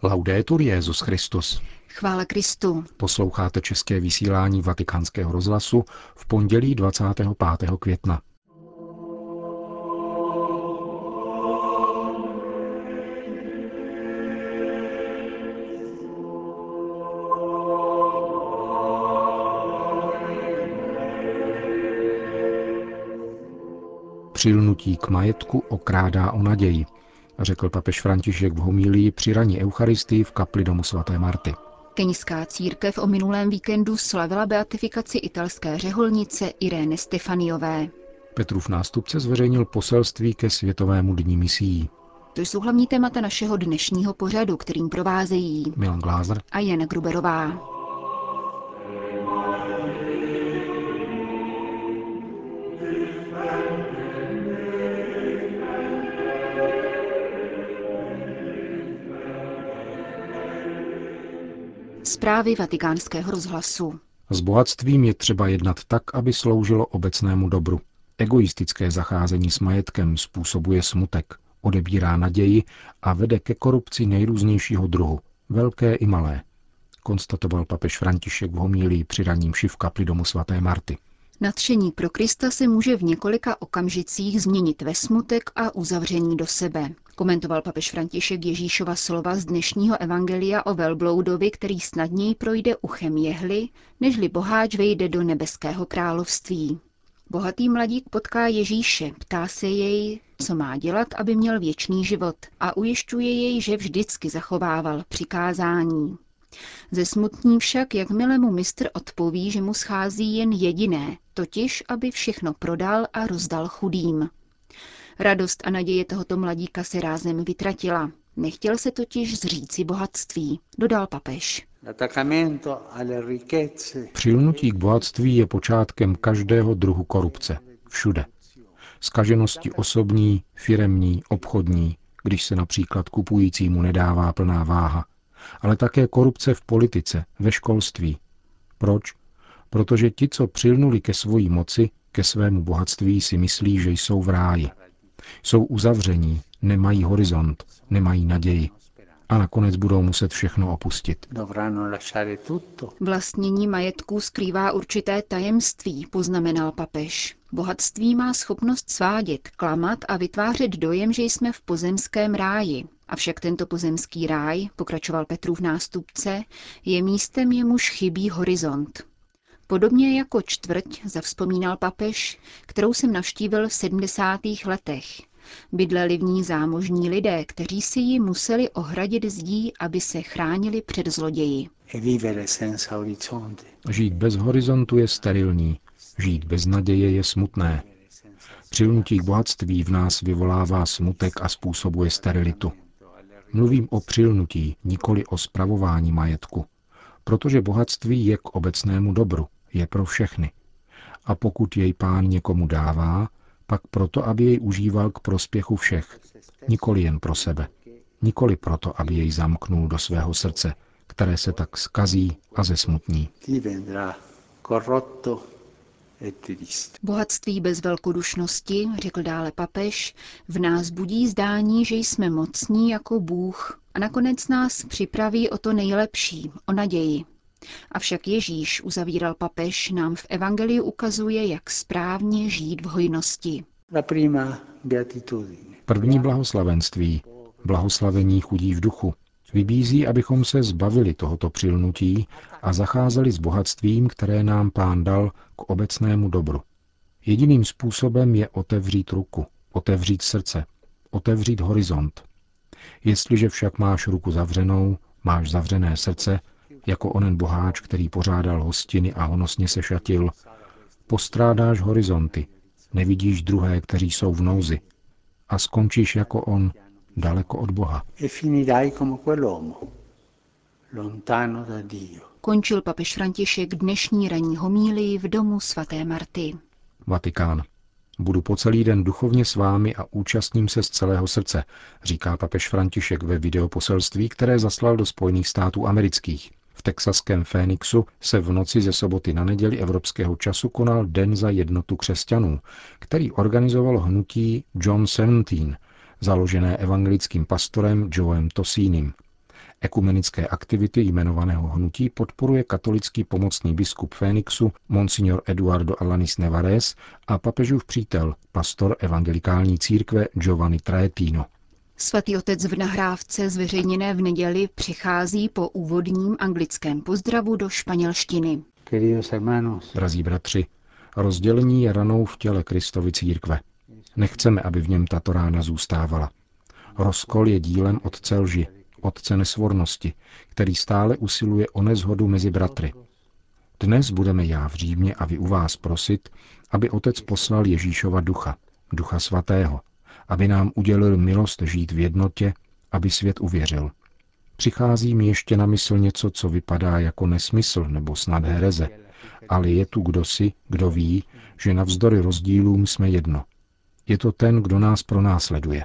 Laudetur Jesus Christus. Chvála Kristu. Posloucháte české vysílání Vatikánského rozhlasu v pondělí 25. května. Přilnutí k majetku okrádá o naději, řekl papež František v homílii při ranní eucharistii v kapli domu svaté Marty. Keňská církev o minulém víkendu slavila beatifikaci italské řeholnice Irény Stefaniové. Petrův nástupce zveřejnil poselství ke Světovému dni misií. To jsou hlavní témata našeho dnešního pořadu, kterým provázejí Milan Glázer a Jana Gruberová. Zprávy Vatikánského rozhlasu. S bohatstvím je třeba jednat tak, aby sloužilo obecnému dobru. Egoistické zacházení s majetkem způsobuje smutek, odebírá naději a vede ke korupci nejrůznějšího druhu, velké i malé, konstatoval papež František v homílii při ranní mši v kapli domu svaté Marty. Nadšení pro Krista se může v několika okamžicích změnit ve smutek a uzavření do sebe, komentoval papež František Ježíšova slova z dnešního evangelia o velbloudovi, který snadněji projde uchem jehly, nežli boháč vejde do nebeského království. Bohatý mladík potká Ježíše, ptá se jej, co má dělat, aby měl věčný život, a ujišťuje jej, že vždycky zachovával přikázání. Zesmutní však, jakmile mu mistr odpoví, že mu schází jen jediné, totiž, aby všechno prodal a rozdal chudým. Radost a naděje tohoto mladíka se rázem vytratila. Nechtěl se totiž zříci bohatství, dodal papež. Přilnutí k bohatství je počátkem každého druhu korupce. Všude. Zkaženosti osobní, firemní, obchodní, když se například kupujícímu nedává plná váha, ale také korupce v politice, ve školství. Proč? Protože ti, co přilnuli ke svojí moci, ke svému bohatství, si myslí, že jsou v ráji. Jsou uzavření, nemají horizont, nemají naději. A nakonec budou muset všechno opustit. Vlastnění majetků skrývá určité tajemství, poznamenal papež. Bohatství má schopnost svádět, klamat a vytvářet dojem, že jsme v pozemském ráji. Avšak tento pozemský ráj, pokračoval Petrův nástupce, je místem, jemuž chybí horizont. Podobně jako čtvrť, zavzpomínal papež, kterou jsem navštívil v 70. letech. Bydleli v ní zámožní lidé, kteří si ji museli ohradit zdí, aby se chránili před zloději. Žít bez horizontu je sterilní, žít bez naděje je smutné. Přilnutí k bohatství v nás vyvolává smutek a způsobuje sterilitu. Mluvím o přilnutí, nikoli o spravování majetku, protože bohatství je k obecnému dobru, je pro všechny. A pokud jej Pán někomu dává, pak proto, aby jej užíval k prospěchu všech, nikoli jen pro sebe, nikoli proto, aby jej zamknul do svého srdce, které se tak zkazí a zesmutní. Bohatství bez velkodušnosti, řekl dále papež, v nás budí zdání, že jsme mocní jako Bůh a nakonec nás připraví o to nejlepší, o naději. Avšak Ježíš, uzavíral papež, nám v evangeliu ukazuje, jak správně žít v hojnosti. První blahoslavenství, blahoslavení chudí v duchu, vybízí, abychom se zbavili tohoto přilnutí a zacházeli s bohatstvím, které nám Pán dal k obecnému dobru. Jediným způsobem je otevřít ruku, otevřít srdce, otevřít horizont. Jestliže však máš ruku zavřenou, máš zavřené srdce, jako onen boháč, který pořádal hostiny a honosně se šatil, postrádáš horizonty, nevidíš druhé, kteří jsou v nouzi, a skončíš jako on, daleko od Boha. Končil papež František dnešní ranní homílii v domu svaté Marty. Vatikán. Budu po celý den duchovně s vámi a účastním se z celého srdce, říká papež František ve videoposelství, které zaslal do Spojených států amerických. V texaském Phoenixu se v noci ze soboty na neděli evropského času konal Den za jednotu křesťanů, který organizovalo hnutí John 17, založené evangelickým pastorem Joem Tosínem. Ekumenické aktivity jmenovaného hnutí podporuje katolický pomocný biskup Fénixu Monsignor Eduardo Alanis Nevares a papežův přítel, pastor evangelikální církve Giovanni Traetino. Svatý otec v nahrávce zveřejněné v neděli přichází po úvodním anglickém pozdravu do španělštiny. Drazí bratři, rozdělení je ranou v těle Kristovy církve. Nechceme, aby v něm tato rána zůstávala. Rozkol je dílem otce lži, otce nesvornosti, který stále usiluje o neshodu mezi bratry. Dnes budeme já v Římě a vy u vás prosit, aby otec poslal Ježíšova ducha, ducha svatého, aby nám udělil milost žít v jednotě, aby svět uvěřil. Přichází mi ještě na mysl něco, co vypadá jako nesmysl nebo snad hereze, ale je tu kdosi, kdo ví, že navzdory rozdílům jsme jedno. Je to ten, kdo nás pronásleduje.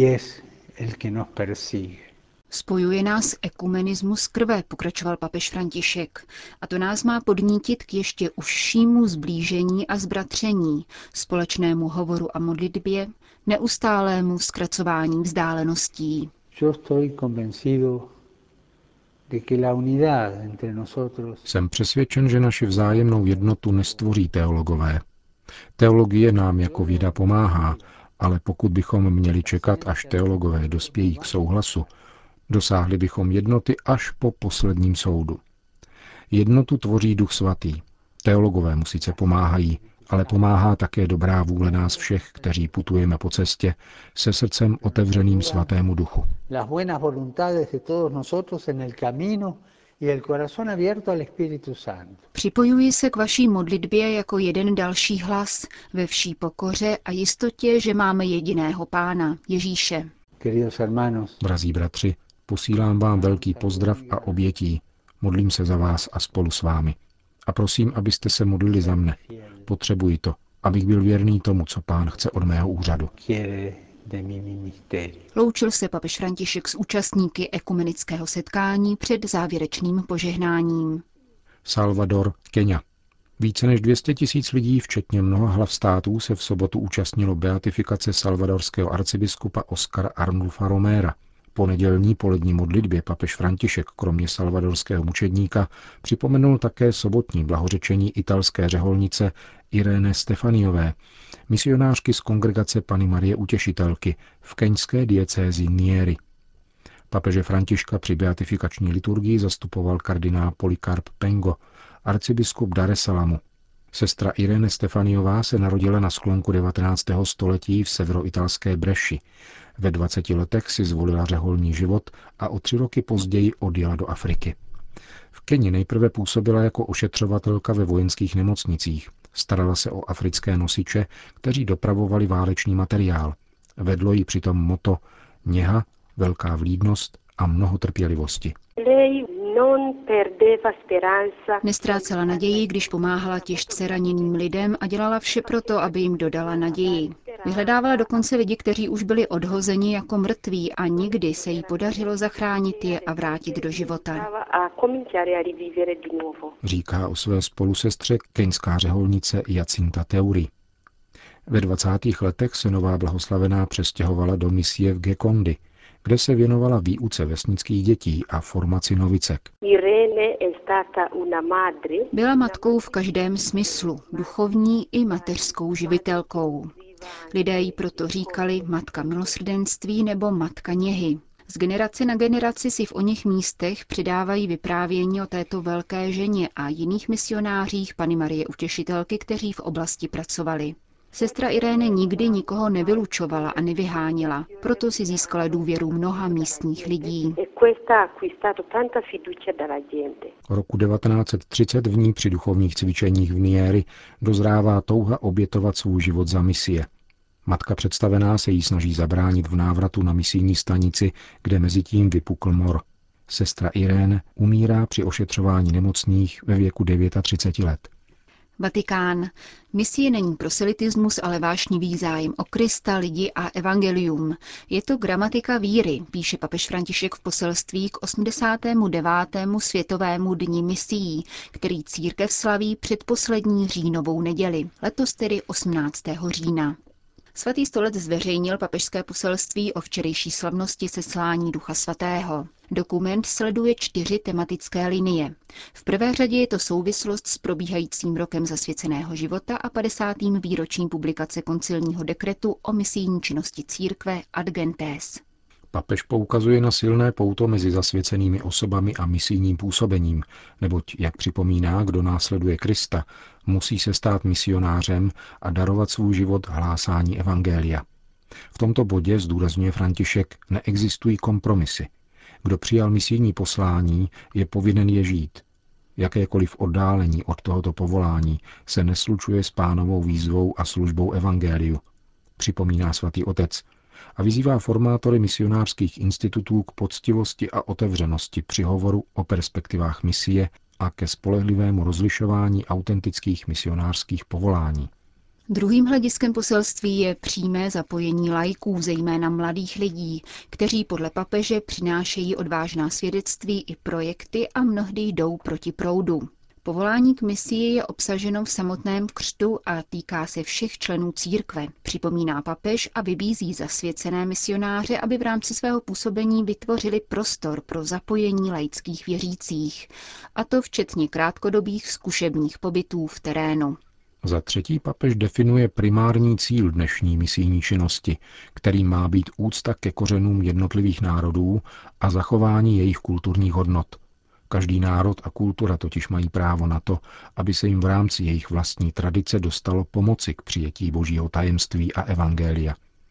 Spojuje nás ekumenismus krve, pokračoval papež František, a to nás má podnítit k ještě užšímu sblížení a zbratření, společnému hovoru a modlitbě, neustálému zkracování vzdáleností. Jsem přesvědčen, že naši vzájemnou jednotu nestvoří teologové. Teologie nám jako věda pomáhá, ale pokud bychom měli čekat, až teologové dospějí k souhlasu, dosáhli bychom jednoty až po posledním soudu. Jednotu tvoří Duch Svatý. Teologové mu sice pomáhají, ale pomáhá také dobrá vůle nás všech, kteří putujeme po cestě se srdcem otevřeným Svatému Duchu. Připojuji se k vaší modlitbě jako jeden další hlas ve vší pokoře a jistotě, že máme jediného Pána, Ježíše. Drazí bratři, posílám vám velký pozdrav a obětí. Modlím se za vás a spolu s vámi. A prosím, abyste se modlili za mne. Potřebuji to, abych byl věrný tomu, co Pán chce od mého úřadu. Loučil se papež František s účastníky ekumenického setkání před závěrečným požehnáním. Salvador, Kenya. Více než 200 000 lidí, včetně mnoha hlav států, se v sobotu účastnilo beatifikace salvadorského arcibiskupa Oscara Arnulfa Romera. Po nedělní polední modlitbě papež František kromě salvadorského mučedníka připomenul také sobotní blahořečení italské řeholnice Irene Stefaniové, misionářky z kongregace Panny Marie Utěšitelky v keňské diecézi Nyeri. Papeže Františka při beatifikační liturgii zastupoval kardinál Polikarp Pengo, arcibiskup Dar es Salamu. Sestra Irene Stefaniová se narodila na sklonku 19. století v severoitalské Breši. Ve 20 letech si zvolila řeholní život a o 3 roky později odjela do Afriky. V Keni nejprve působila jako ošetřovatelka ve vojenských nemocnicích. Starala se o africké nosiče, kteří dopravovali válečný materiál. Vedlo jí přitom motto něha, velká vlídnost a mnoho trpělivosti. Nestrácela naději, když pomáhala těžce raněným lidem a dělala vše proto, aby jim dodala naději. Vyhledávala dokonce lidi, kteří už byli odhozeni jako mrtví a nikdy se jí podařilo zachránit je a vrátit do života. Říká o své spolusestře keňská řeholnice Jacinta Teuri. Ve 20. letech se nová blahoslavená přestěhovala do misie v Gekondi, kde se věnovala výuce vesnických dětí a formaci novicek. Byla matkou v každém smyslu, duchovní i mateřskou živitelkou. Lidé jí proto říkali matka milosrdenství nebo matka něhy. Z generace na generaci si v oněch místech předávají vyprávění o této velké ženě a jiných misionářích Panny Marie Utěšitelky, kteří v oblasti pracovali. Sestra Iréne nikdy nikoho nevylučovala a nevyháněla, proto si získala důvěru mnoha místních lidí. Roku 1930 v ní při duchovních cvičeních v Nyeri dozrává touha obětovat svůj život za misie. Matka představená se jí snaží zabránit v návratu na misijní stanici, kde mezitím vypukl mor. Sestra Iréne umírá při ošetřování nemocných ve věku 39 let. Vatikán. Misie není proselitismus, ale vášnivý zájem o Krista, lidi a evangelium. Je to gramatika víry, píše papež František v poselství k 89. světovému dni misií, který církev slaví předposlední říjnovou neděli, letos tedy 18. října. Svatý stolec zveřejnil papežské poselství o včerejší slavnosti seslání Ducha Svatého. Dokument sleduje 4 tematické linie. V prvé řadě je to souvislost s probíhajícím rokem zasvěceného života a 50. výročím publikace koncilního dekretu o misijní činnosti církve Ad Gentes. Papež poukazuje na silné pouto mezi zasvěcenými osobami a misijním působením, neboť, jak připomíná, kdo následuje Krista, musí se stát misionářem a darovat svůj život hlásání evangelia. V tomto bodě, zdůrazňuje František, neexistují kompromisy. Kdo přijal misijní poslání, je povinen je žít. Jakékoliv oddálení od tohoto povolání se neslučuje s Pánovou výzvou a službou evangeliu, připomíná svatý otec, a vyzývá formátory misionářských institutů k poctivosti a otevřenosti při hovoru o perspektivách misie a ke spolehlivému rozlišování autentických misionářských povolání. Druhým hlediskem poselství je přímé zapojení laiků, zejména mladých lidí, kteří podle papeže přinášejí odvážná svědectví i projekty a mnohdy jdou proti proudu. Povolání k misii je obsaženo v samotném křtu a týká se všech členů církve, připomíná papež a vybízí zasvěcené misionáře, aby v rámci svého působení vytvořili prostor pro zapojení laických věřících, a to včetně krátkodobých zkušebních pobytů v terénu. Za třetí papež definuje primární cíl dnešní misijní činnosti, který má být úcta ke kořenům jednotlivých národů a zachování jejich kulturních hodnot. Každý národ a kultura totiž mají právo na to, aby se jim v rámci jejich vlastní tradice dostalo pomoci k přijetí božího tajemství a evangelia.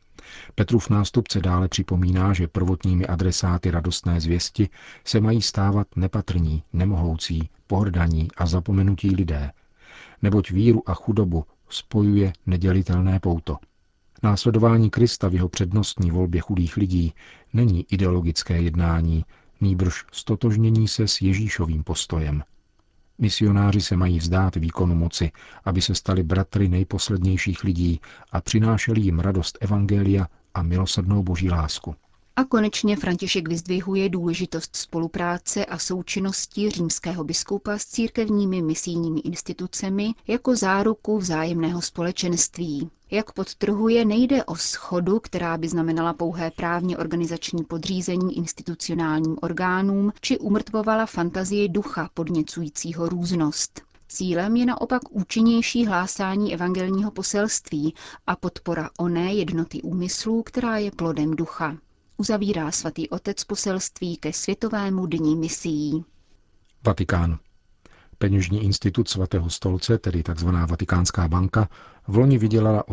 Petrův nástupce dále připomíná, že prvotními adresáty radostné zvěsti se mají stávat nepatrní, nemohoucí, pohrdaní a zapomenutí lidé, neboť víru a chudobu spojuje nedělitelné pouto. Následování Krista v jeho přednostní volbě chudých lidí není ideologické jednání, nýbrž stotožnění se s Ježíšovým postojem. Misionáři se mají vzdát výkonu moci, aby se stali bratry nejposlednějších lidí a přinášeli jim radost evangelia a milosrdnou boží lásku. A konečně František vyzdvihuje důležitost spolupráce a součinnosti římského biskupa s církevními misijními institucemi jako záruku vzájemného společenství. Jak podtrhuje, nejde o shodu, která by znamenala pouhé právně organizační podřízení institucionálním orgánům, či umrtvovala fantazii ducha podněcujícího různost. Cílem je naopak účinnější hlásání evangelního poselství a podpora oné jednoty úmyslů, která je plodem ducha. Uzavírá svatý otec poselství ke Světovému dni misií. Vatikán. Peněžní institut svatého stolce, tedy tzv. Vatikánská banka, v loni vydělala o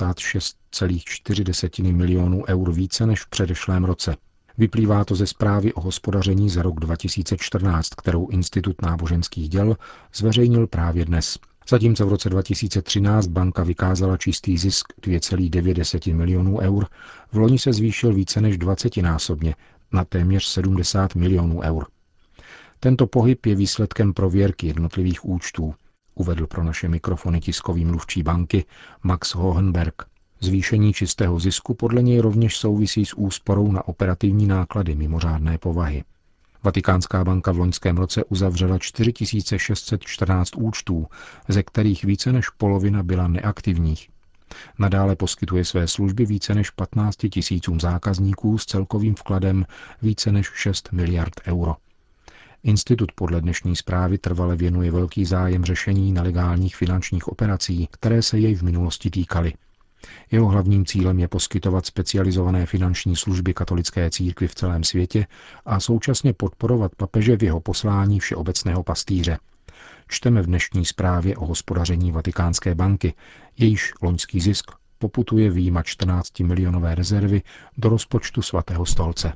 66,4 milionů eur více než v předešlém roce. Vyplývá to ze zprávy o hospodaření za rok 2014, kterou Institut náboženských děl zveřejnil právě dnes. Zatímco v roce 2013 banka vykázala čistý zisk 2,9 milionů eur, v loni se zvýšil více než 20násobně na téměř 70 milionů eur. Tento pohyb je výsledkem prověrky jednotlivých účtů, uvedl pro naše mikrofony tiskový mluvčí banky Max Hohenberg. Zvýšení čistého zisku podle něj rovněž souvisí s úsporou na operativní náklady mimořádné povahy. Vatikánská banka v loňském roce uzavřela 4614 účtů, ze kterých více než polovina byla neaktivních. Nadále poskytuje své služby více než 15 000 zákazníků s celkovým vkladem více než 6 miliard euro. Institut podle dnešní zprávy trvale věnuje velký zájem řešení nelegálních finančních operací, které se jej v minulosti týkaly. Jeho hlavním cílem je poskytovat specializované finanční služby katolické církvi v celém světě a současně podporovat papeže v jeho poslání všeobecného pastýře. Čteme v dnešní zprávě o hospodaření Vatikánské banky, jejíž loňský zisk poputuje vyjma 14 milionové rezervy do rozpočtu svatého stolce.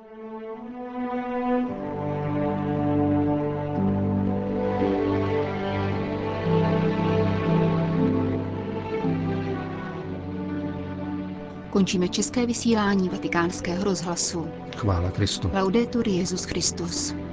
Končíme české vysílání Vatikánského rozhlasu. Chvála Kristu. Laudetur Jesus Christus.